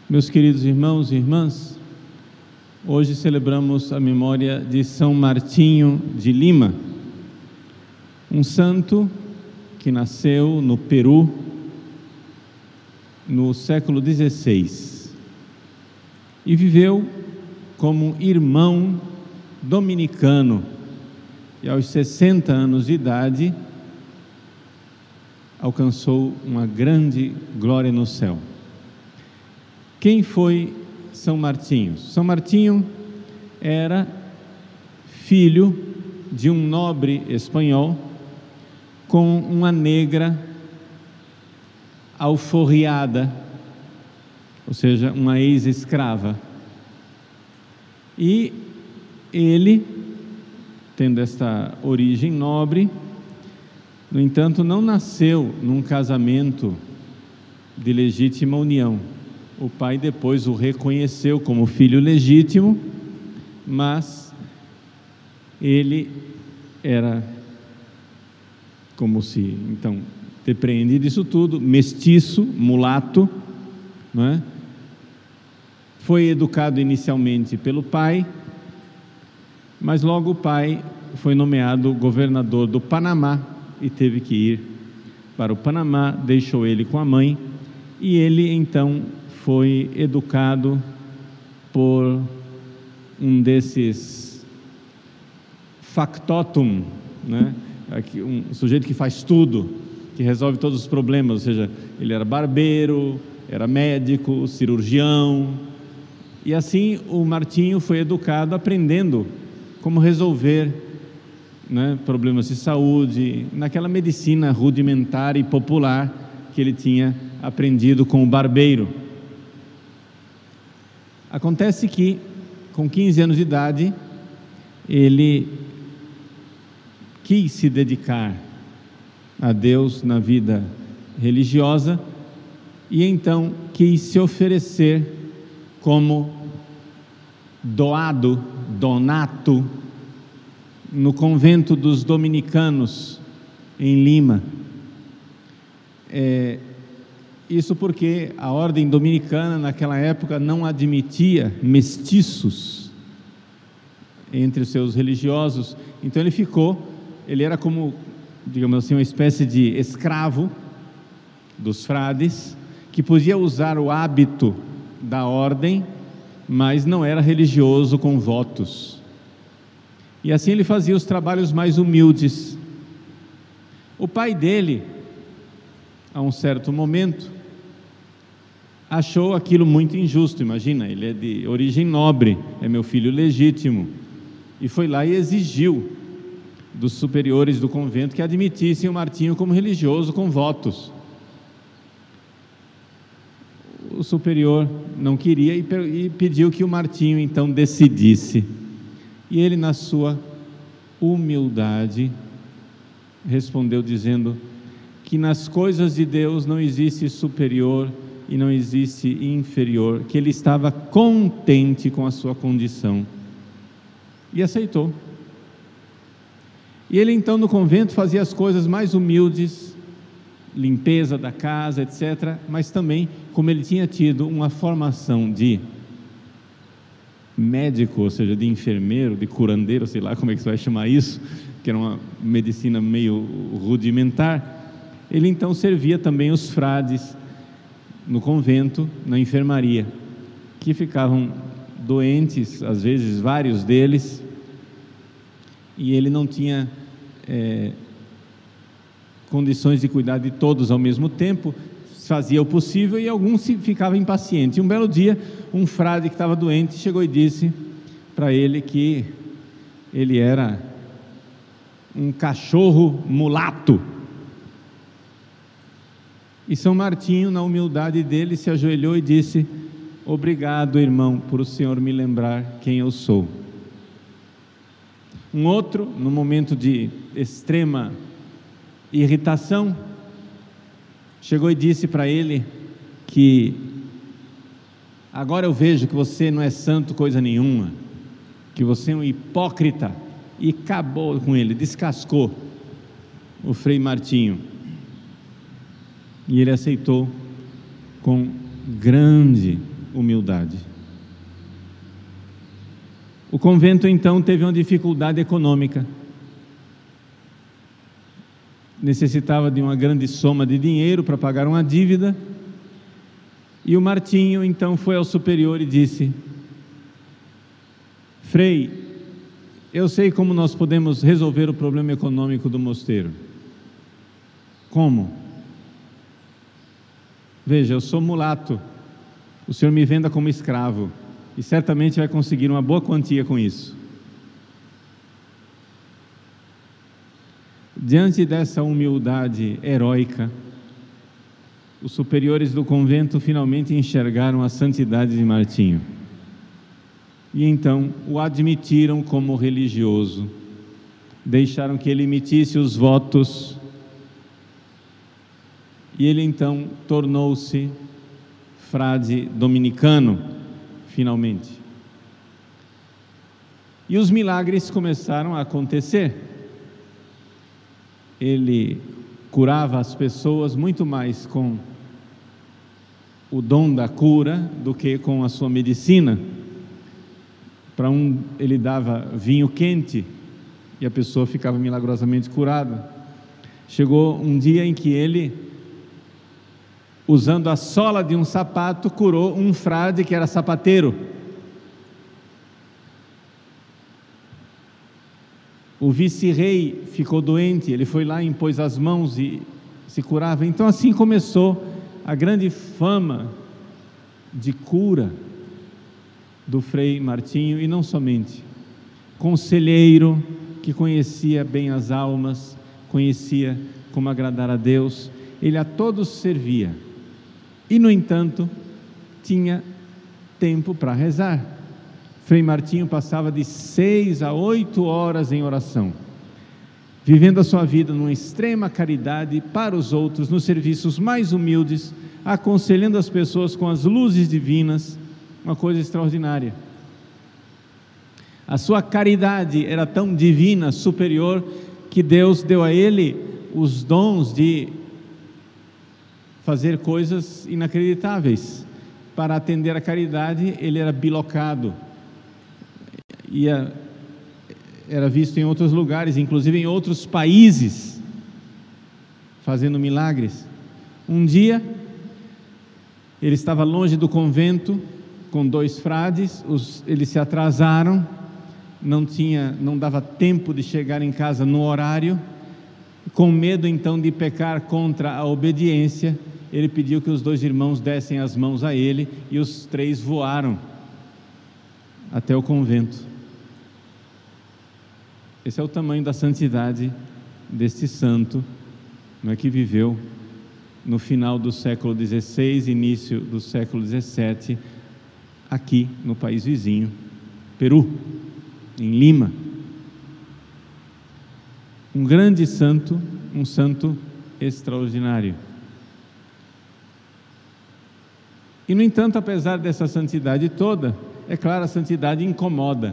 Meus queridos irmãos e irmãs, hoje celebramos a memória de São Martinho de Lima, um santo que nasceu no Peru no século XVI e viveu como irmão dominicano e aos 60 anos de idade alcançou uma grande glória no céu. Quem foi São Martinho? São Martinho era filho de um nobre espanhol com uma negra alforriada, ou seja, uma ex-escrava. E ele, tendo esta origem nobre, no entanto, não nasceu num casamento de legítima união. O pai depois o reconheceu como filho legítimo, mas ele era, como se, então, depreende disso tudo, mestiço, mulato, não é? Foi educado inicialmente pelo pai, mas logo o pai foi nomeado governador do Panamá e teve que ir para o Panamá, deixou ele com a mãe, e ele então foi educado por um desses factotum, né? Um sujeito que faz tudo, que resolve todos os problemas, ou seja, ele era barbeiro, era médico, cirurgião, e assim o Martinho foi educado aprendendo como resolver, né, problemas de saúde, naquela medicina rudimentar e popular que ele tinha aprendido com o barbeiro. Acontece que, com 15 anos de idade, ele quis se dedicar a Deus na vida religiosa e então quis se oferecer como donato, no convento dos dominicanos em Lima. Isso porque a ordem dominicana naquela época não admitia mestiços entre os seus religiosos, então ele era como, digamos assim, uma espécie de escravo dos frades, que podia usar o hábito da ordem, mas não era religioso com votos. E assim ele fazia os trabalhos mais humildes. O pai dele, a um certo momento, achou aquilo muito injusto. Imagina, ele é de origem nobre, é meu filho legítimo, e foi lá e exigiu dos superiores do convento que admitissem o Martinho como religioso com votos. O superior não queria e pediu que o Martinho então decidisse. E ele, na sua humildade, respondeu dizendo que nas coisas de Deus não existe superior e não existe inferior, que ele estava contente com a sua condição e aceitou. E ele então no convento fazia as coisas mais humildes, limpeza da casa, etc., mas também, como ele tinha tido uma formação de médico, ou seja, de enfermeiro, de curandeiro, sei lá como é que você vai chamar isso, que era uma medicina meio rudimentar, ele então servia também os frades no convento, na enfermaria, que ficavam doentes, às vezes vários deles, e ele não tinha condições de cuidar de todos ao mesmo tempo, fazia o possível e alguns ficavam impacientes. E um belo dia, um frade que estava doente chegou e disse para ele que ele era um cachorro mulato. E São Martinho, na humildade dele, se ajoelhou e disse: obrigado, irmão, por o Senhor me lembrar quem eu sou. Um outro, no momento de extrema irritação, chegou e disse para ele que agora eu vejo que você não é santo coisa nenhuma, que você é um hipócrita, e acabou com ele, descascou o Frei Martinho. E ele aceitou com grande humildade. O convento então teve uma dificuldade econômica. Necessitava de uma grande soma de dinheiro para pagar uma dívida, e o Martinho então foi ao superior e disse: Frei, eu sei como nós podemos resolver o problema econômico do mosteiro. Como? Veja, eu sou mulato, o senhor me venda como escravo, e certamente vai conseguir uma boa quantia com isso. Diante dessa humildade heróica, os superiores do convento finalmente enxergaram a santidade de Martinho. E então o admitiram como religioso, deixaram que ele emitisse os votos, e ele então tornou-se frade dominicano, finalmente. E os milagres começaram a acontecer. Ele curava as pessoas muito mais com o dom da cura do que com a sua medicina. Para um, ele dava vinho quente e a pessoa ficava milagrosamente curada. Chegou um dia em que ele, usando a sola de um sapato, curou um frade que era sapateiro. O vice-rei ficou doente, ele foi lá, impôs as mãos e se curava. Então assim começou a grande fama de cura do Frei Martinho, e não somente. Conselheiro, que conhecia bem as almas, conhecia como agradar a Deus, ele a todos servia. E no entanto, tinha tempo para rezar. Frei Martinho passava de 6 a 8 horas em oração, vivendo a sua vida numa extrema caridade para os outros, nos serviços mais humildes, aconselhando as pessoas com as luzes divinas, uma coisa extraordinária. A sua caridade era tão divina, superior, que Deus deu a ele os dons de fazer coisas inacreditáveis. Para atender a caridade, ele era bilocado. Era visto em outros lugares, inclusive em outros países, fazendo milagres. Um dia, ele estava longe do convento, com 2 frades, eles se atrasaram, não dava tempo de chegar em casa no horário. Com medo então de pecar contra a obediência, ele pediu que os 2 irmãos dessem as mãos a ele, e os 3 voaram até o convento. Esse é o tamanho da santidade deste santo, não é, que viveu no final do século XVI, início do século XVII, aqui no país vizinho, Peru, em Lima. Um grande santo, um santo extraordinário. E no entanto, apesar dessa santidade toda, é claro, a santidade incomoda.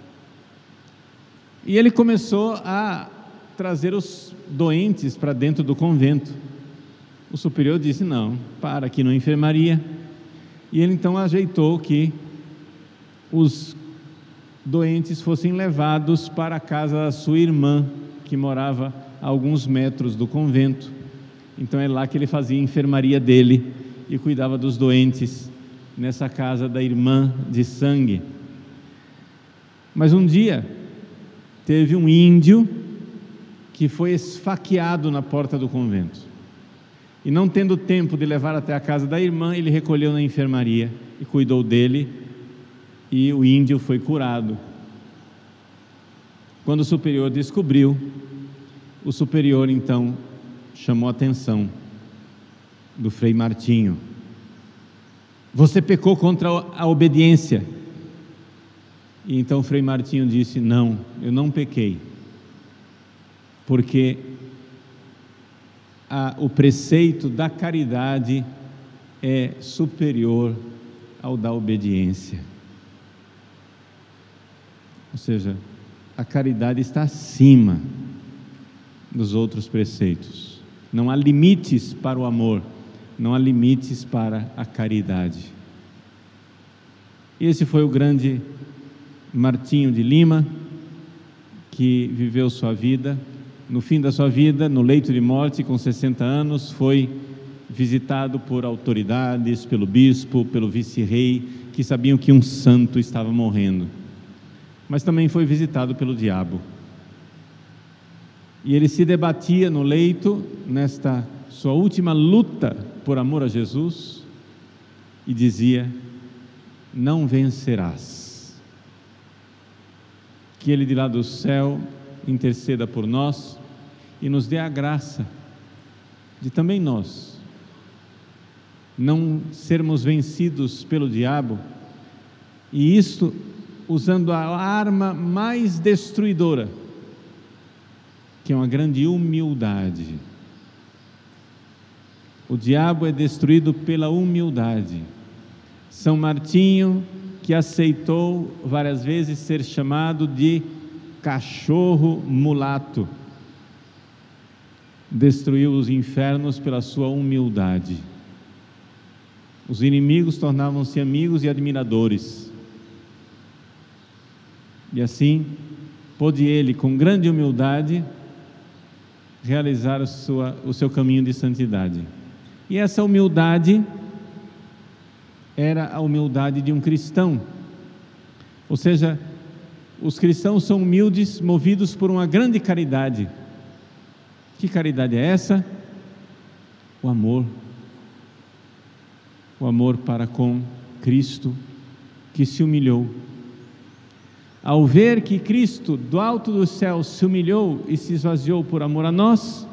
E ele começou a trazer os doentes para dentro do convento. O superior disse: não, para aqui na enfermaria. E ele então ajeitou que os doentes fossem levados para a casa da sua irmã, que morava a alguns metros do convento. Então é lá que ele fazia a enfermaria dele e cuidava dos doentes, nessa casa da irmã de sangue. Mas um dia teve um índio que foi esfaqueado na porta do convento, e não tendo tempo de levar até a casa da irmã, ele recolheu na enfermaria e cuidou dele, e o índio foi curado. Quando o superior descobriu, o superior então chamou a atenção do Frei Martinho. Você pecou contra a obediência. E então o Frei Martinho disse: não, eu não pequei, porque o preceito da caridade é superior ao da obediência. Ou seja, a caridade está acima dos outros preceitos. Não há limites para o amor, não há limites para a caridade. Esse foi o grande Martinho de Lima, que viveu sua vida. No fim da sua vida, no leito de morte, com 60 anos, foi visitado por autoridades, pelo bispo, pelo vice-rei, que sabiam que um santo estava morrendo. Mas também foi visitado pelo diabo. E ele se debatia no leito, nesta sua última luta por amor a Jesus, e dizia: não vencerás. Que Ele de lá do céu interceda por nós e nos dê a graça de também nós não sermos vencidos pelo diabo, e isto usando a arma mais destruidora, que é uma grande humildade. O diabo é destruído pela humildade. São Martinho, que aceitou várias vezes ser chamado de cachorro mulato, destruiu os infernos pela sua humildade. Os inimigos tornavam-se amigos e admiradores. E assim, pôde ele, com grande humildade, realizar o seu caminho de santidade. E essa humildade era a humildade de um cristão. Ou seja, os cristãos são humildes, movidos por uma grande caridade. Que caridade é essa? O amor. O amor para com Cristo, que se humilhou. Ao ver que Cristo, do alto do céu, se humilhou e se esvaziou por amor a nós,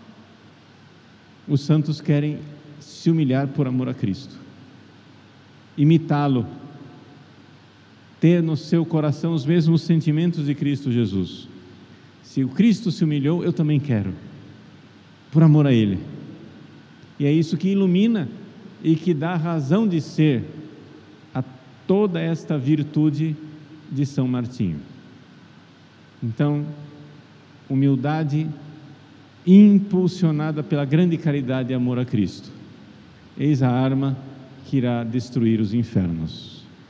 os santos querem se humilhar por amor a Cristo, imitá-lo, ter no seu coração os mesmos sentimentos de Cristo Jesus. Se o Cristo se humilhou, eu também quero, por amor a Ele. E é isso que ilumina e que dá razão de ser a toda esta virtude de São Martinho. Então, humildade impulsionada pela grande caridade e amor a Cristo. Eis a arma que irá destruir os infernos.